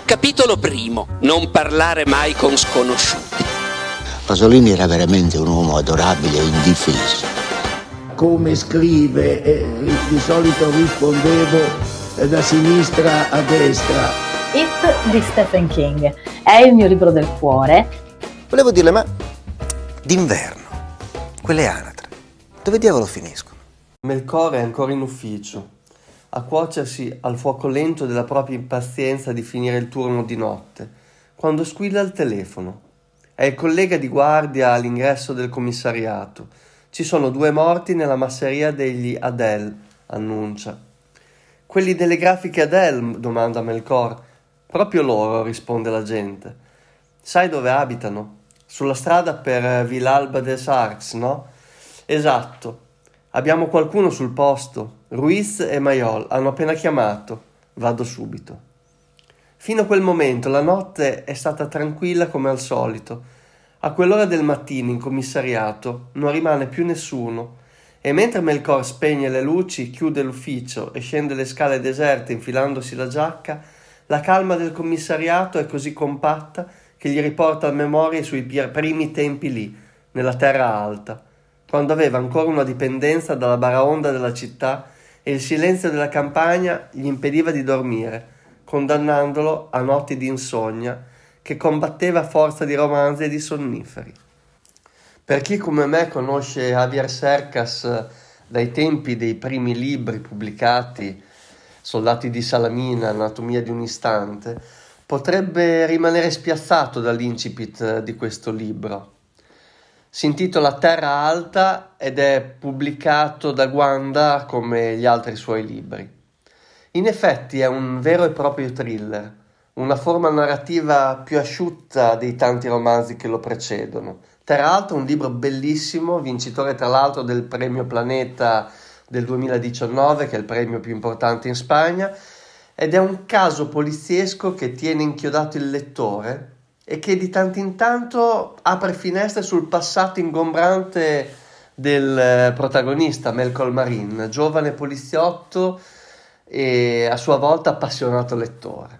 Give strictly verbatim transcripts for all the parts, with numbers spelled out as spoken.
Capitolo primo. Non parlare mai con sconosciuti. Pasolini era veramente un uomo adorabile e indifeso. Come scrive, eh, di solito rispondevo eh, da sinistra a destra. It di Stephen King è il mio libro del cuore. Volevo dirle, ma d'inverno, quelle anatre, dove diavolo finiscono? Melchiorre è ancora in ufficio, a cuocersi al fuoco lento della propria impazienza di finire il turno di notte, quando squilla il telefono. È il collega di guardia all'ingresso del commissariato. Ci sono due morti nella masseria degli Adel, annuncia. Quelli delle grafiche Adel? Domanda Melchiorre. Proprio loro, risponde l'agente. Sai dove abitano? Sulla strada per Villalba des Arcs, no? Esatto. Abbiamo qualcuno sul posto. Ruiz e Maiol hanno appena chiamato. Vado subito. Fino a quel momento la notte è stata tranquilla come al solito. A quell'ora del mattino in commissariato non rimane più nessuno e mentre Melchiorre spegne le luci, chiude l'ufficio e scende le scale deserte infilandosi la giacca, la calma del commissariato è così compatta che gli riporta a memoria i suoi primi tempi lì, nella terra alta, quando aveva ancora una dipendenza dalla baraonda della città e il silenzio della campagna gli impediva di dormire, condannandolo a notti di insonnia che combatteva a forza di romanzi e di sonniferi. Per chi come me conosce Javier Cercas dai tempi dei primi libri pubblicati, Soldati di Salamina, Anatomia di un istante, potrebbe rimanere spiazzato dall'incipit di questo libro. Si intitola Terra Alta ed è pubblicato da Guanda come gli altri suoi libri. In effetti è un vero e proprio thriller, una forma narrativa più asciutta dei tanti romanzi che lo precedono. Terra Alta è un libro bellissimo, vincitore tra l'altro del Premio Planeta del duemiladiciannove, che è il premio più importante in Spagna, ed è un caso poliziesco che tiene inchiodato il lettore e che di tanto in tanto apre finestre sul passato ingombrante del protagonista, Melchiorre Marin, giovane poliziotto e a sua volta appassionato lettore.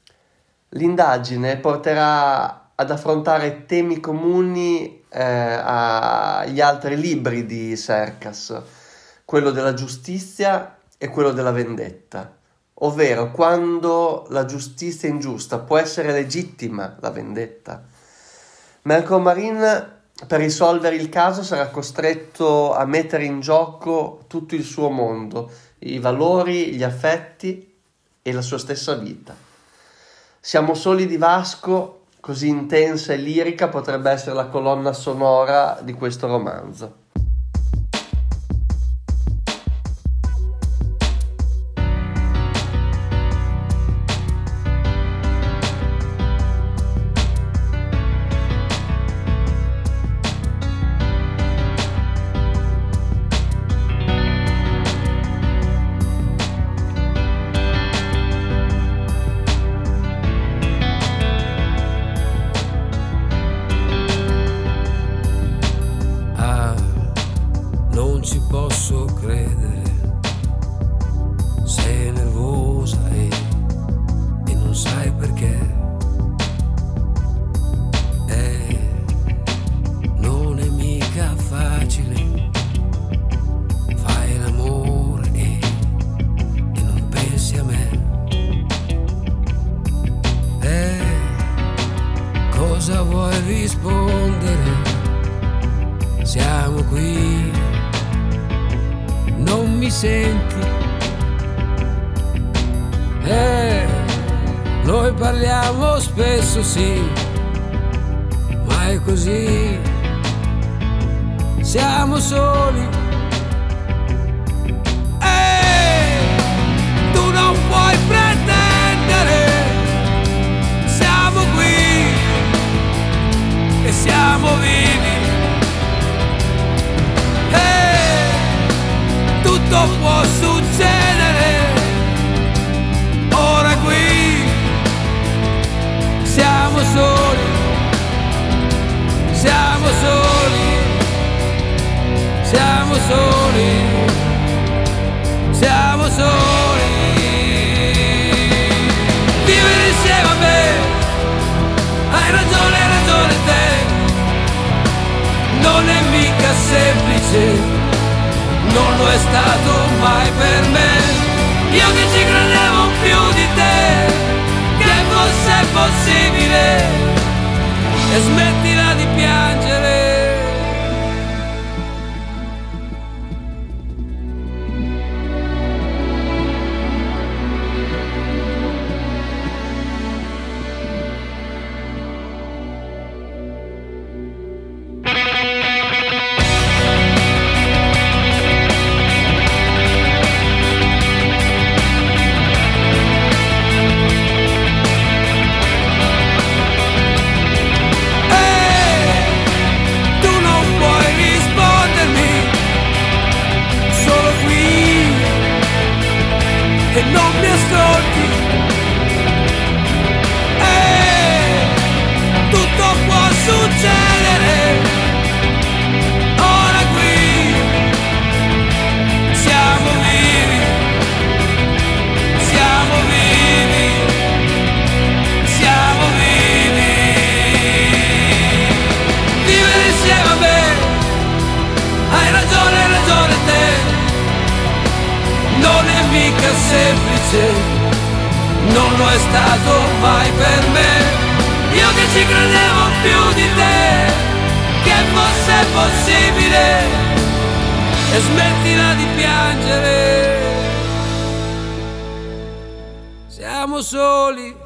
L'indagine porterà ad affrontare temi comuni eh, agli altri libri di Cercas, quello della giustizia e quello della vendetta, ovvero quando la giustizia è ingiusta può essere legittima la vendetta. Melchiorre Marin, per risolvere il caso, sarà costretto a mettere in gioco tutto il suo mondo, i valori, gli affetti e la sua stessa vita. Siamo soli di Vasco, così intensa e lirica, potrebbe essere la colonna sonora di questo romanzo. Ci posso credere, sei nervosa e, e non sai perché. E non è mica facile, fai l'amore e, e non pensi a me. E cosa vuoi rispondere? Siamo qui. Non mi senti? Eh, noi parliamo spesso, sì, ma è così. Siamo soli. Eh, tu non puoi pretendere. Siamo qui e siamo vivi. Tutto può succedere, ora qui siamo soli, siamo soli, siamo soli, siamo soli. Vivere insieme a me semplice non lo è stato mai per me. Io che ci credevo più di te, che fosse possibile, e smettila di piangere. E non mi ascolti, e tutto può succedere, ora qui siamo vivi, siamo vivi, siamo vivi. Vivere insieme a me, hai ragione, hai ragione te. Non è mica semplice, non lo è stato mai per me. Io che ci credevo più di te, che fosse possibile, e smettila di piangere. Siamo soli,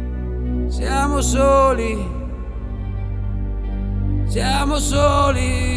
siamo soli, siamo soli.